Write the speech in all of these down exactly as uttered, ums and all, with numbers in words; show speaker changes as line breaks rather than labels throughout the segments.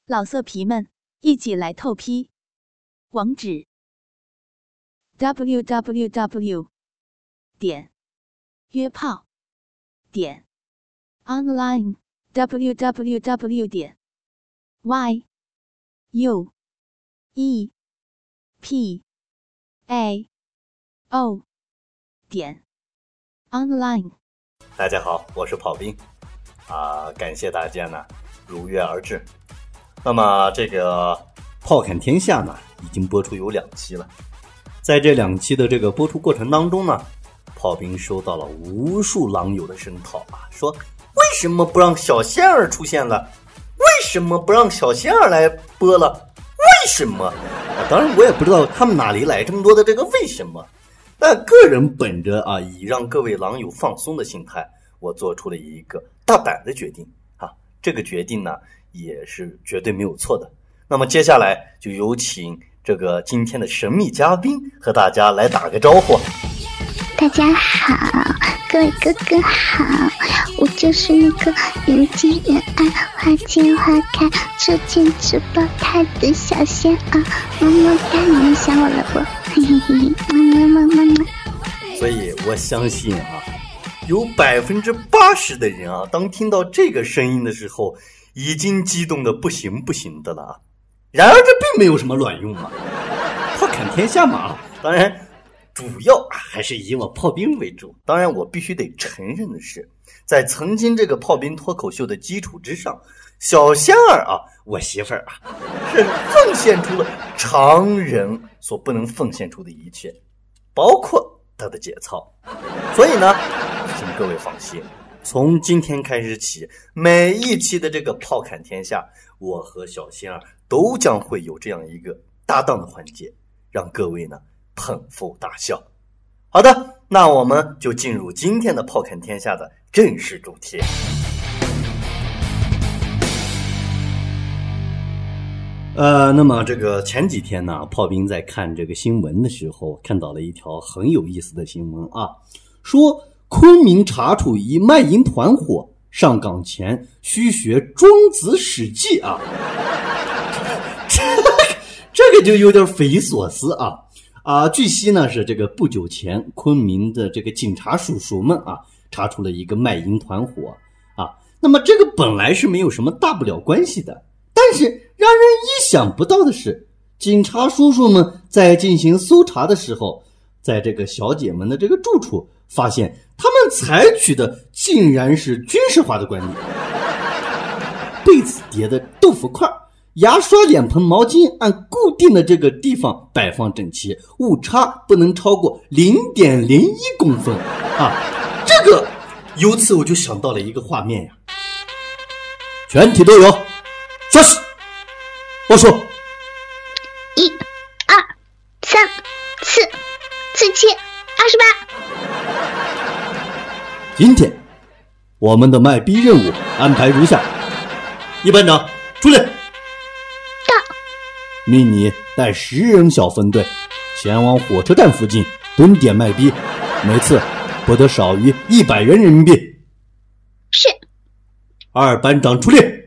老色皮们，一起来透批！网址 ：double u double u double u 点约炮点 online double u double u double u 点 y u e p a o 点 online。
大家好，我是跑兵啊，感谢大家呢如约而至。那么这个炮侃天下呢已经播出有两期了，在这两期的这个播出过程当中呢，炮兵收到了无数狼友的声讨啊，说为什么不让小仙儿出现了？为什么不让小仙儿来播了？为什么？啊，当然我也不知道他们哪里来这么多的这个为什么，但个人本着啊以让各位狼友放松的心态，我做出了一个大胆的决定啊，这个决定呢也是绝对没有错的。那么接下来就有请这个今天的神秘嘉宾和大家来打个招呼。
大家好，各位哥哥好，我就是那个人见人爱花见花开车见吃爆胎的小仙儿，么么哒，你们想我了不？嘿嘿嘿，么么么么。
所以我相信啊，有百分之八十的人啊，当听到这个声音的时候，已经激动的不行不行的了啊。然而这并没有什么卵用嘛，炮侃天下嘛，当然主要还是以我炮兵为主。当然我必须得承认的是，在曾经这个炮兵脱口秀的基础之上，小仙儿啊，我媳妇儿啊，是奉献出了常人所不能奉献出的一切，包括他的节操。所以呢，请各位放心，从今天开始起，每一期的这个炮侃天下，我和小仙儿都将会有这样一个搭档的环节，让各位呢捧腹大笑。好的，那我们就进入今天的炮侃天下的正式主题。呃，那么这个前几天呢，炮兵在看这个新闻的时候，看到了一条很有意思的新闻啊，说昆明查处一卖淫团伙，上岗前需学庄子史记啊，这这个就有点匪夷所思啊啊！据悉呢是这个不久前昆明的这个警察叔叔们啊，查出了一个卖淫团伙啊，那么这个本来是没有什么大不了关系的。但是让人意想不到的是，警察叔叔们在进行搜查的时候，在这个小姐们的这个住处，发现他们采取的竟然是军事化的管理。被子叠的豆腐块，牙刷、脸盆、毛巾按固定的这个地方摆放整齐，误差不能超过 零点零一公分啊！这个由此我就想到了一个画面呀，全体都有消息，我说
一、二、三、四、四七、二十八。
今天我们的卖逼任务安排如下：一班长出列，到。命你带十人小分队前往火车站附近蹲点卖逼，每次不得少于一百元人民币。
是。
二班长出列，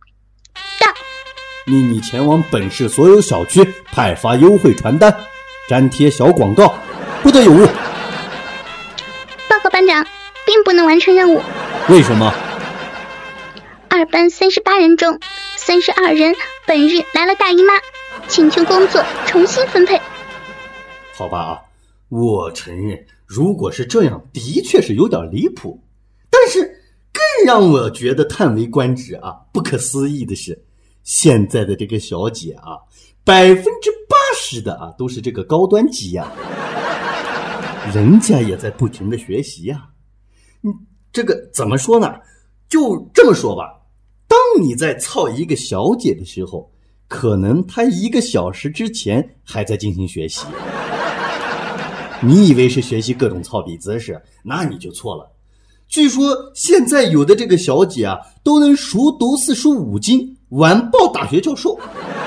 命你前往本市所有小区派发优惠传单，粘贴小广告，不得有误。
报告班长，并不能完成任务。
为什么？
二班三十八人中，三十二人本日来了大姨妈，请求工作重新分配。
好吧啊，我承认，如果是这样，的确是有点离谱。但是更让我觉得叹为观止啊，不可思议的是，现在的这个小姐啊，百分之八十的啊都是这个高端级呀、啊，人家也在不停的学习呀、啊。嗯，这个怎么说呢？就这么说吧，当你在操一个小姐的时候，可能她一个小时之前还在进行学习。你以为是学习各种操笔姿势，那你就错了。据说现在有的这个小姐啊，都能熟读四书五经，完爆大学教授。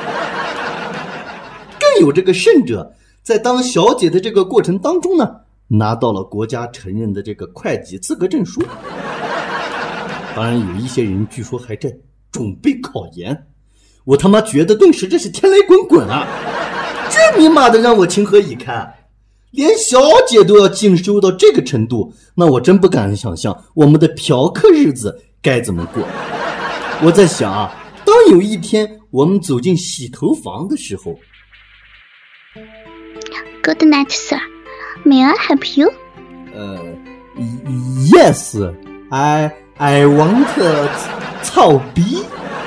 更有这个甚者，在当小姐的这个过程当中呢，拿到了国家承认的这个会计资格证书。当然有一些人据说还在准备考研。 我他妈觉得顿时这是天雷滚滚啊！这你妈的让我情何以堪？连小姐都要进修到这个程度，那我真不敢想象我们的嫖客日子该怎么过。我在想啊，当有一天我们走进洗头房的时候。
Good night, sir. May I help you?
呃 Yes, I I want to 操逼。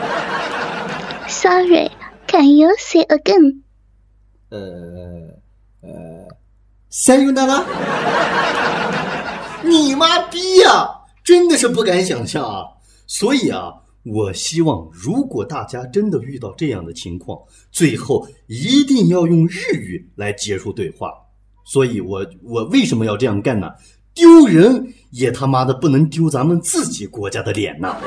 Sorry, can you say again?
呃呃塞尤那拉，你妈逼呀、啊！真的是不敢想象啊！所以啊，我希望如果大家真的遇到这样的情况，最后一定要用日语来结束对话。所以我我为什么要这样干呢？丢人也他妈的不能丢咱们自己国家的脸呐！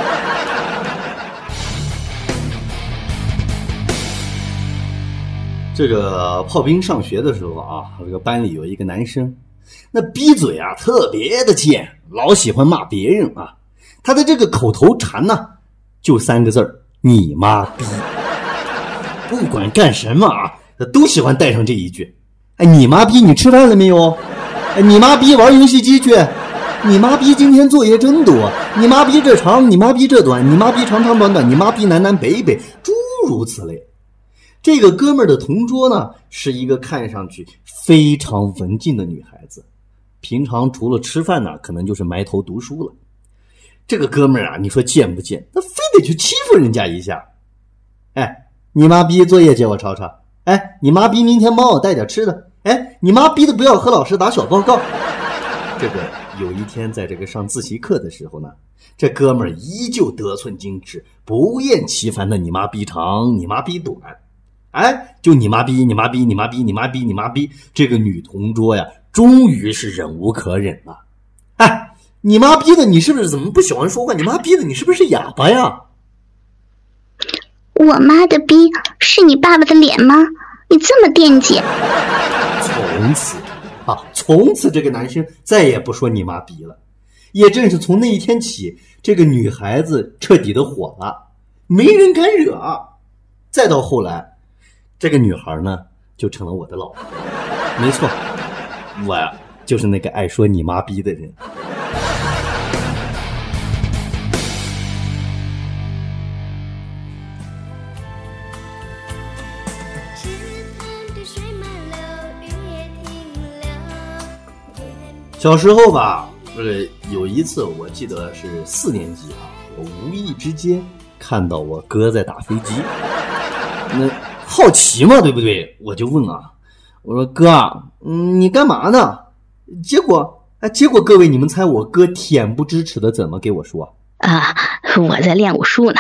这个炮兵上学的时候啊，这个班里有一个男生，那逼嘴啊特别的贱，老喜欢骂别人啊。他的这个口头禅呢，就三个字儿：你妈逼。不管干什么啊，都喜欢带上这一句。哎，你妈逼，你吃饭了没有？哎，你妈逼玩游戏机去。你妈逼今天作业真多。你妈逼这长，你妈逼这短，你妈逼长长短短，你妈逼南南北北，诸如此类。这个哥们儿的同桌呢，是一个看上去非常文静的女孩子，平常除了吃饭呢，可能就是埋头读书了。这个哥们儿啊，你说贱不贱？他非得去欺负人家一下。哎，你妈逼作业借我抄抄。哎，你妈逼明天帮我带点吃的。哎，你妈逼的不要和老师打小报告。这个有一天在这个上自习课的时候呢，这哥们儿依旧得寸进尺，不厌其烦的你妈逼长，你妈逼短。哎，就你妈逼，你妈逼，你妈逼，你妈逼，你妈逼，这个女同桌呀，终于是忍无可忍了。哎，你妈逼的，你是不是怎么不喜欢说话？你妈逼的，你是不是哑巴呀？
我妈的逼是你爸爸的脸吗？你这么惦记？
从此啊，从此这个男生再也不说你妈逼了。也正是从那一天起，这个女孩子彻底的火了，没人敢惹。再到后来，这个女孩呢，就成了我的老婆。没错，我呀，就是那个爱说你妈逼的人。小时候吧，这个有一次我记得是四年级啊，我无意之间看到我哥在打飞机，那好奇嘛，对不对？我就问啊，我说哥，嗯，你干嘛呢？结果，哎，结果各位，你们猜我哥恬不知耻的怎么给我说？
啊，我在练武术呢。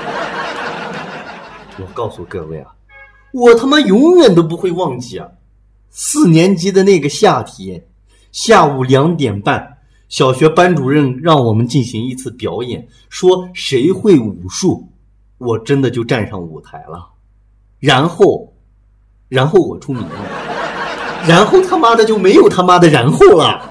我告诉各位啊，我他妈永远都不会忘记啊，四年级的那个夏天。下午两点半，小学班主任让我们进行一次表演，说谁会武术，我真的就站上舞台了。然后，然后我出名了，然后他妈的就没有他妈的然后了。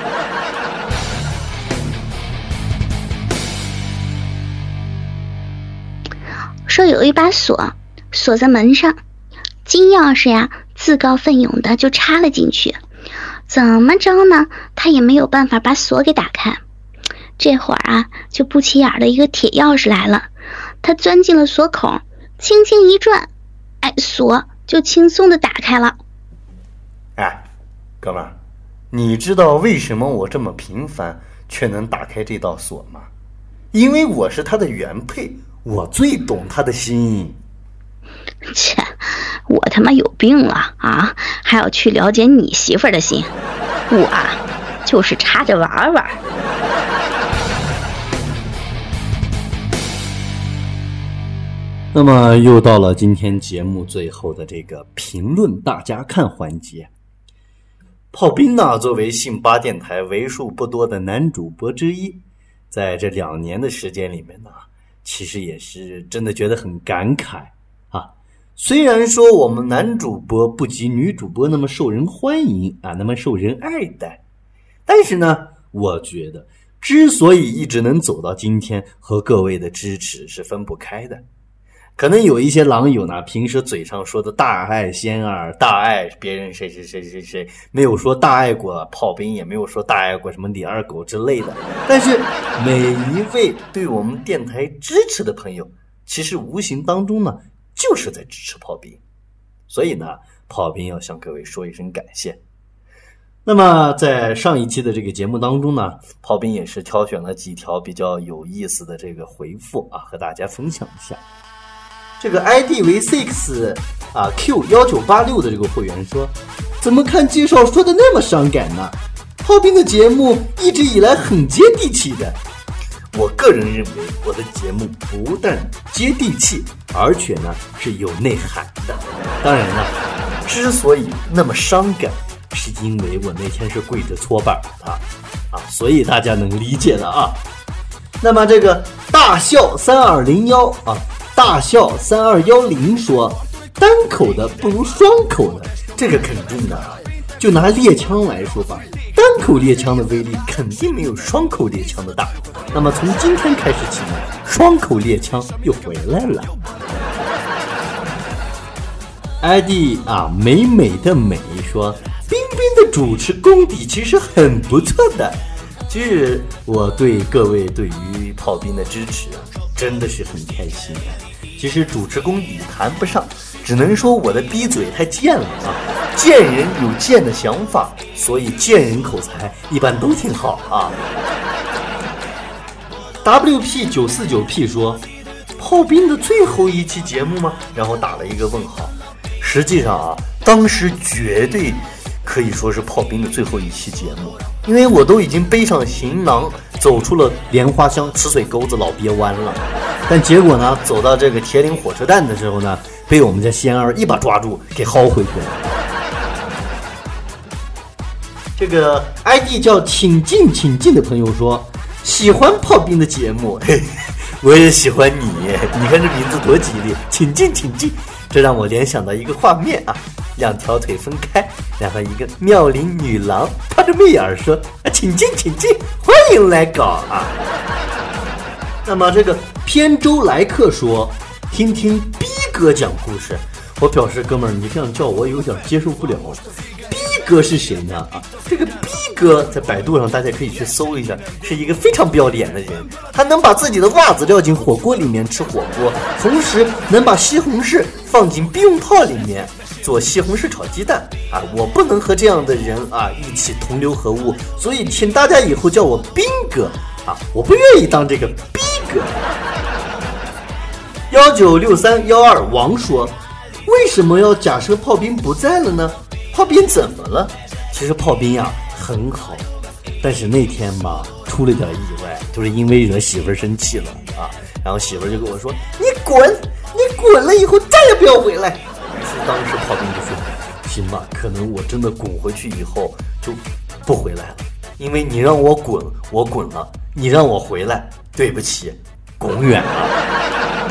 说有一把锁锁在门上，金钥匙呀自告奋勇的就插了进去。怎么着呢，他也没有办法把锁给打开。这会儿啊，就不起眼的一个铁钥匙来了，他钻进了锁孔，轻轻一转，哎，锁就轻松的打开了。
哎，哥们儿，你知道为什么我这么平凡却能打开这道锁吗？因为我是他的原配，我最懂他的心。
切，我他妈有病了啊！还要去了解你媳妇儿的心，我啊，就是插着玩玩。
那么又到了今天节目最后的这个评论大家看环节。炮兵呢，作为信八电台为数不多的男主播之一，在这两年的时间里面呢，其实也是真的觉得很感慨啊。虽然说我们男主播不及女主播那么受人欢迎啊，那么受人爱戴，但是呢，我觉得之所以一直能走到今天，和各位的支持是分不开的。 可能有一些狼友呢，平时嘴上说的大爱仙儿，大爱别人谁谁谁谁谁，没有说大爱过炮兵，也没有说大爱过什么李二狗之类的。但是每一位对我们电台支持的朋友，其实无形当中呢，就是在支持炮兵。所以呢，炮兵要向各位说一声感谢。那么在上一期的这个节目当中呢，炮兵也是挑选了几条比较有意思的这个回复啊，和大家分享一下。这个 I D 为 six 啊 Q 一九八六的这个会员说，怎么看介绍说的那么伤感呢？炮兵的节目一直以来很接地气的。我个人认为我的节目不但接地气，而且呢是有内涵的。当然了，之所以那么伤感，是因为我那天是跪着搓板的啊，所以大家能理解的啊。那么这个大笑三二零一啊，大笑三二一零说，单口的不如双口的，这个肯定的。就拿猎枪来说吧，单口猎枪的威力肯定没有双口猎枪的大。那么从今天开始起呢，双口猎枪又回来了。I D 啊，美美的美说，冰冰的主持功底其实很不错的。其实我对各位对于炮兵的支持啊，真的是很开心的。其实主持功底谈不上，只能说我的逼嘴太贱了啊！贱人有贱的想法，所以贱人口才一般都挺好啊。W P 九四九 P 说，炮兵的最后一期节目吗？然后打了一个问号。实际上啊，当时绝对可以说是炮兵的最后一期节目，因为我都已经背上行囊走出了莲花乡吃水沟子老鳖湾了。但结果呢，走到这个铁岭火车站的时候呢，被我们家仙儿一把抓住给薅回去了。这个 I D 叫请进请进的朋友说，喜欢炮兵的节目，嘿，我也喜欢你，你看这名字多吉利，请进请进，这让我联想到一个画面啊，两条腿分开，然后一个妙龄女郎趴着媚眼说，啊，请进请进，欢迎来搞啊。那么这个偏舟来客说，听听逼哥讲故事。我表示哥们儿，你这样叫我有点接受不了。逼哥是谁呢？啊，这个逼哥在百度上大家可以去搜一下，是一个非常不要脸的人，他能把自己的袜子撂进火锅里面吃火锅，同时能把西红柿放进避孕套里面做西红柿炒鸡蛋啊！我不能和这样的人啊一起同流合污，所以请大家以后叫我兵哥啊！我不愿意当这个逼哥。幺九六三幺二王说，为什么要假设炮兵不在了呢？炮兵怎么了？其实炮兵呀很好，但是那天吧出了点意外，就是因为惹媳妇儿生气了啊，然后媳妇儿就跟我说，你滚，你滚了以后再也不要回来。于是当时炮兵就说，行吧，可能我真的滚回去以后就不回来了，因为你让我滚我滚了，你让我回来，对不起，滚远了。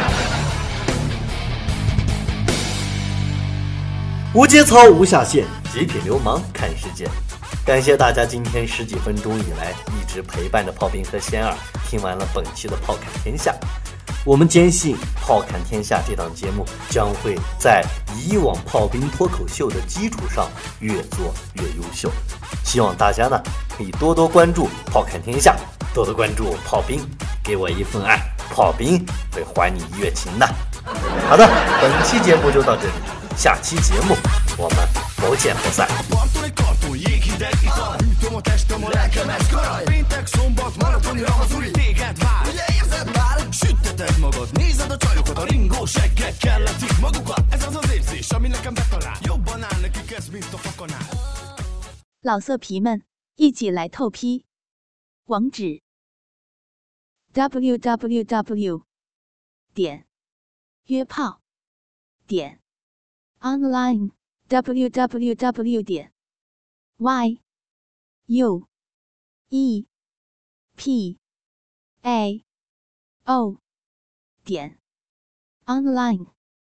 无节操无下限，极品流氓看世界。感谢大家今天十几分钟以来一直陪伴着炮兵和仙儿听完了本期的炮侃天下。我们坚信炮侃天下这档节目将会在以往炮兵脱口秀的基础上越做越优秀，希望大家呢可以多多关注炮侃天下，多多关注炮兵，给我一份爱，炮兵会还你一月情的。好的，本期节目就到这里，下期节目我们不见不散。
老色皮们，一起来透批！网址 ：double-u double-u double-u 点约炮点 online double-u double-u double-u 点 y u e p a o 点 online。